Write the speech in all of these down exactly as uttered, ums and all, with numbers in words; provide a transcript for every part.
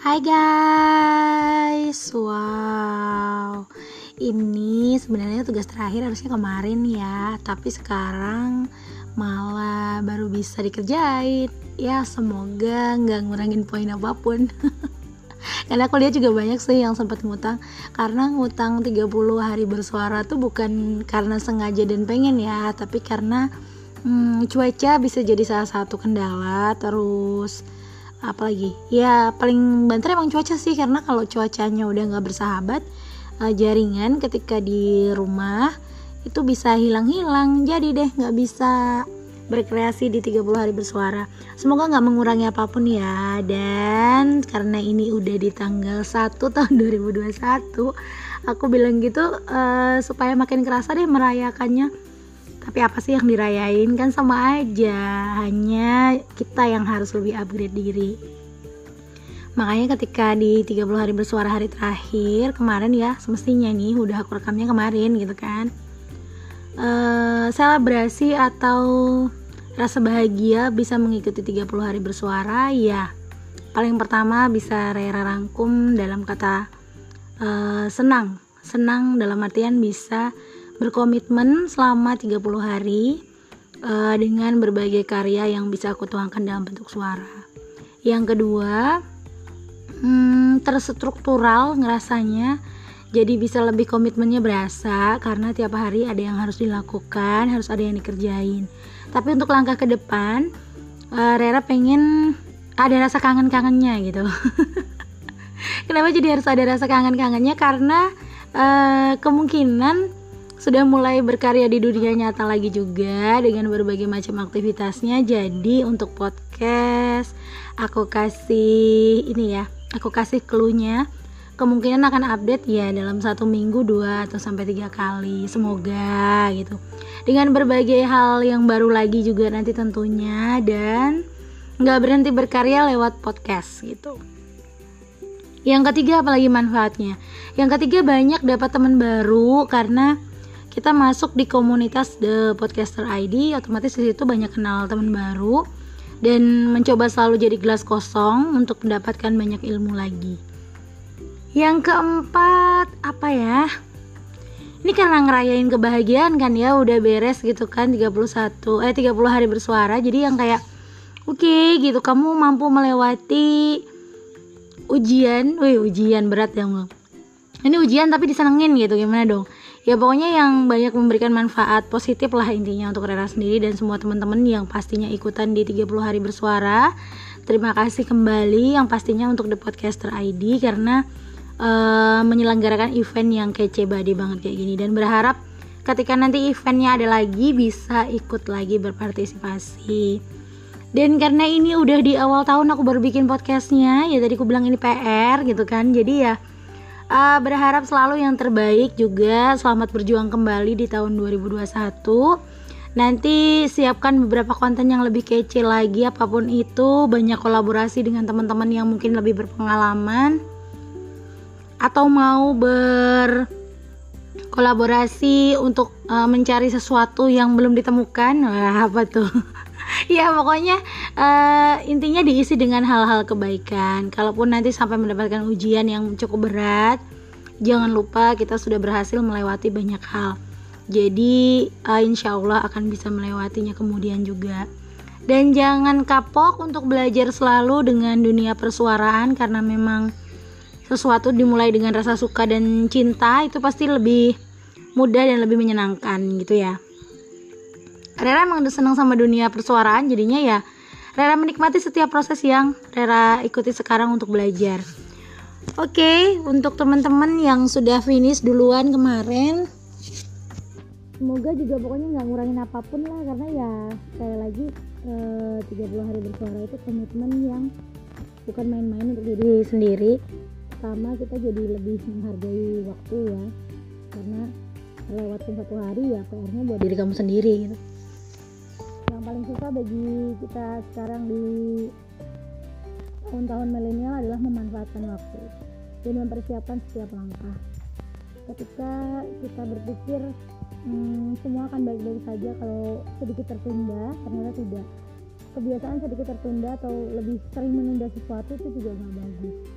Hai guys, wow, ini sebenarnya tugas terakhir harusnya kemarin ya, tapi sekarang malah baru bisa dikerjain. Ya semoga nggak ngurangin poin apapun. Karena aku lihat juga banyak sih yang sempat ngutang. Karena ngutang tiga puluh hari bersuara tuh bukan karena sengaja dan pengen ya, tapi karena hmm, cuaca bisa jadi salah satu kendala. Terus apalagi ya paling banter emang cuaca sih, karena kalau cuacanya udah nggak bersahabat, uh, jaringan ketika di rumah itu bisa hilang-hilang, jadi deh nggak bisa berkreasi di tiga puluh hari bersuara. Semoga nggak mengurangi apapun ya. Dan karena ini udah di tanggal satu tahun dua ribu dua puluh satu, aku bilang gitu uh, supaya makin kerasa deh merayakannya. Tapi apa sih yang dirayain, kan sama aja, hanya kita yang harus lebih upgrade diri. Makanya ketika di tiga puluh hari bersuara hari terakhir kemarin ya, semestinya nih udah aku rekamnya kemarin gitu kan, uh, selebrasi atau rasa bahagia bisa mengikuti tiga puluh hari bersuara ya. Paling pertama bisa Rera rangkum dalam kata uh, senang. Senang dalam artian bisa berkomitmen selama tiga puluh hari uh, dengan berbagai karya yang bisa aku tuangkan dalam bentuk suara. Yang kedua, hmm, terstruktural ngerasanya, jadi bisa lebih komitmennya berasa karena tiap hari ada yang harus dilakukan, harus ada yang dikerjain. Tapi untuk langkah ke depan, uh, Rera pengen ada rasa kangen-kangennya gitu. Kenapa jadi harus ada rasa kangen-kangennya? Karena uh, kemungkinan sudah mulai berkarya di dunia nyata lagi juga dengan berbagai macam aktivitasnya. Jadi untuk podcast aku kasih ini ya, aku kasih clue-nya, kemungkinan akan update ya dalam satu minggu dua atau sampai tiga kali, semoga gitu, dengan berbagai hal yang baru lagi juga nanti tentunya, dan nggak berhenti berkarya lewat podcast gitu. Yang ketiga, apalagi manfaatnya? Yang ketiga, banyak dapat teman baru karena kita masuk di komunitas The Podcaster I D, otomatis di situ banyak kenal teman baru dan mencoba selalu jadi gelas kosong untuk mendapatkan banyak ilmu lagi. Yang keempat, apa ya? Ini karena ngerayain kebahagiaan kan ya, udah beres gitu kan tiga puluh satu eh tiga puluh hari bersuara. Jadi yang kayak oke okay, gitu, kamu mampu melewati ujian. Wih, ujian berat ya nggak? Ini ujian tapi disenengin gitu, gimana dong? Ya pokoknya yang banyak memberikan manfaat positif lah intinya untuk Rera sendiri dan semua teman-teman yang pastinya ikutan di tiga puluh hari bersuara. Terima kasih kembali yang pastinya untuk The Podcaster I D karena uh, menyelenggarakan event yang kece badi banget kayak gini, dan berharap ketika nanti eventnya ada lagi bisa ikut lagi berpartisipasi. Dan karena ini udah di awal tahun aku baru bikin podcastnya, ya tadi aku bilang ini P R gitu kan, jadi ya Uh, berharap selalu yang terbaik juga. Selamat berjuang kembali di tahun dua ribu dua puluh satu. Nanti siapkan beberapa konten yang lebih kece lagi, apapun itu. Banyak kolaborasi dengan teman-teman yang mungkin lebih berpengalaman atau mau berkolaborasi untuk uh, mencari sesuatu yang belum ditemukan. Wah, apa tuh? Ya pokoknya uh, intinya diisi dengan hal-hal kebaikan. Kalaupun nanti sampai mendapatkan ujian yang cukup berat, jangan lupa kita sudah berhasil melewati banyak hal. Jadi uh, insya Allah akan bisa melewatinya kemudian juga. Dan jangan kapok untuk belajar selalu dengan dunia persuaraan, karena memang sesuatu dimulai dengan rasa suka dan cinta itu pasti lebih mudah dan lebih menyenangkan gitu ya. Rera emang udah senang sama dunia persuaraan, jadinya ya Rera menikmati setiap proses yang Rera ikuti sekarang untuk belajar. Oke, okay, untuk teman-teman yang sudah finish duluan kemarin, semoga juga pokoknya nggak ngurangin apapun lah, karena ya sekali lagi eh, tiga puluh hari bersuara itu komitmen yang bukan main-main untuk diri sendiri. Pertama, kita jadi lebih menghargai waktu ya, karena lewatin satu hari ya P R-nya buat diri kamu sendiri gitu. Yang paling susah bagi kita sekarang di tahun-tahun milenial adalah memanfaatkan waktu dan mempersiapkan setiap langkah. Ketika kita berpikir hmm, semua akan baik-baik saja kalau sedikit tertunda, ternyata tidak. Kebiasaan sedikit tertunda atau lebih sering menunda sesuatu itu juga nggak bagus.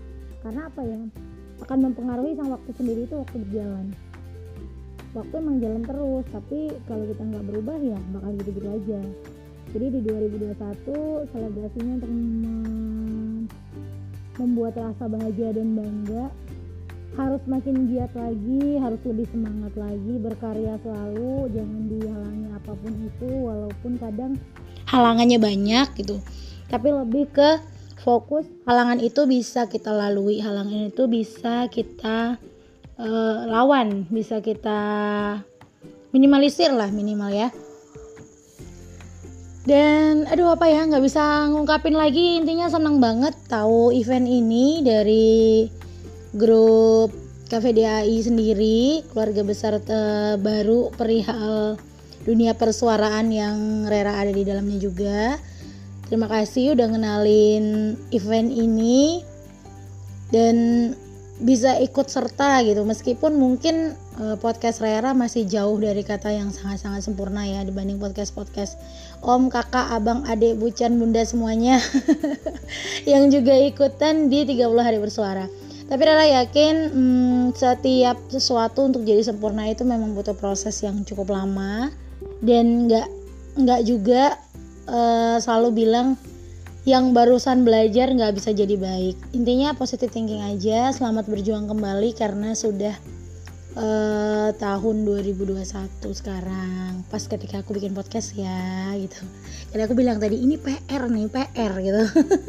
Karena apa ya, akan mempengaruhi sang waktu sendiri itu waktu berjalan. Waktu emang jalan terus, tapi kalau kita nggak berubah ya bakal gitu-gitu aja. Jadi di dua ribu dua puluh satu selebrasinya untuk mem- membuat rasa bahagia dan bangga, harus makin giat lagi, harus lebih semangat lagi, berkarya selalu, jangan dihalangi apapun itu, walaupun kadang halangannya banyak gitu, tapi lebih ke fokus halangan itu bisa kita lalui, halangan itu bisa kita uh, lawan, bisa kita minimalisir lah minimal ya. Dan aduh apa ya, nggak bisa ngungkapin lagi, intinya senang banget tahu event ini dari grup K V D A I sendiri, keluarga besar baru perihal dunia persuaraan yang Rera ada di dalamnya juga. Terima kasih udah ngenalin event ini dan bisa ikut serta gitu, meskipun mungkin uh, podcast Rera masih jauh dari kata yang sangat-sangat sempurna ya dibanding podcast-podcast om, kakak, abang, adik, bucan, bunda semuanya yang juga ikutan di tiga puluh hari bersuara. Tapi Rera yakin hmm, setiap sesuatu untuk jadi sempurna itu memang butuh proses yang cukup lama, dan nggak nggak juga uh, selalu bilang yang barusan belajar nggak bisa jadi baik. Intinya positive thinking aja, selamat berjuang kembali karena sudah uh, tahun dua ribu dua puluh satu sekarang, pas ketika aku bikin podcast ya gitu. Karena aku bilang tadi ini P R nih, P R gitu.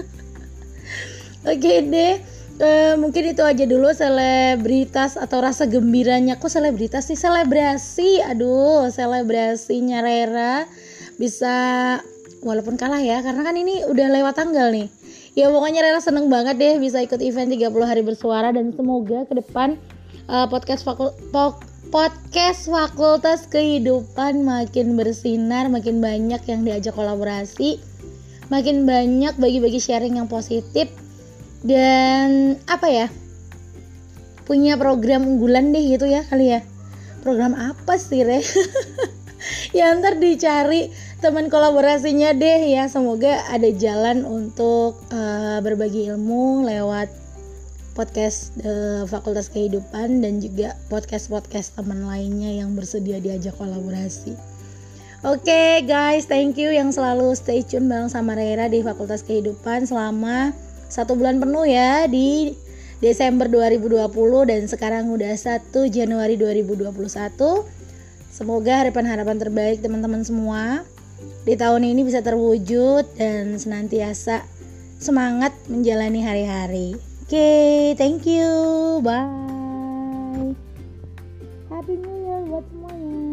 Oke deh, uh, mungkin itu aja dulu selebritas atau rasa gembiranya. Kok selebritas sih, selebrasi, aduh selebrasinya Rera bisa walaupun kalah ya, karena kan ini udah lewat tanggal nih. Ya pokoknya Rera seneng banget deh bisa ikut event tiga puluh hari bersuara, dan semoga ke depan uh, podcast fakul po- podcast Fakultas Kehidupan makin bersinar, makin banyak yang diajak kolaborasi, makin banyak bagi-bagi sharing yang positif, dan apa ya, punya program unggulan deh gitu ya kali ya. Program apa sih Re? Ya ntar dicari teman kolaborasinya deh ya. Semoga ada jalan untuk uh, berbagi ilmu lewat podcast uh, Fakultas Kehidupan dan juga podcast-podcast teman lainnya yang bersedia diajak kolaborasi. Oke okay, guys, thank you yang selalu stay tune bareng sama Rera di Fakultas Kehidupan selama satu bulan penuh ya di Desember dua ribu dua puluh, dan sekarang udah satu Januari dua ribu dua puluh satu. Semoga harapan-harapan terbaik teman-teman semua di tahun ini bisa terwujud dan senantiasa semangat menjalani hari-hari. Oke, okay, thank you. Bye. Happy New Year buat semuanya.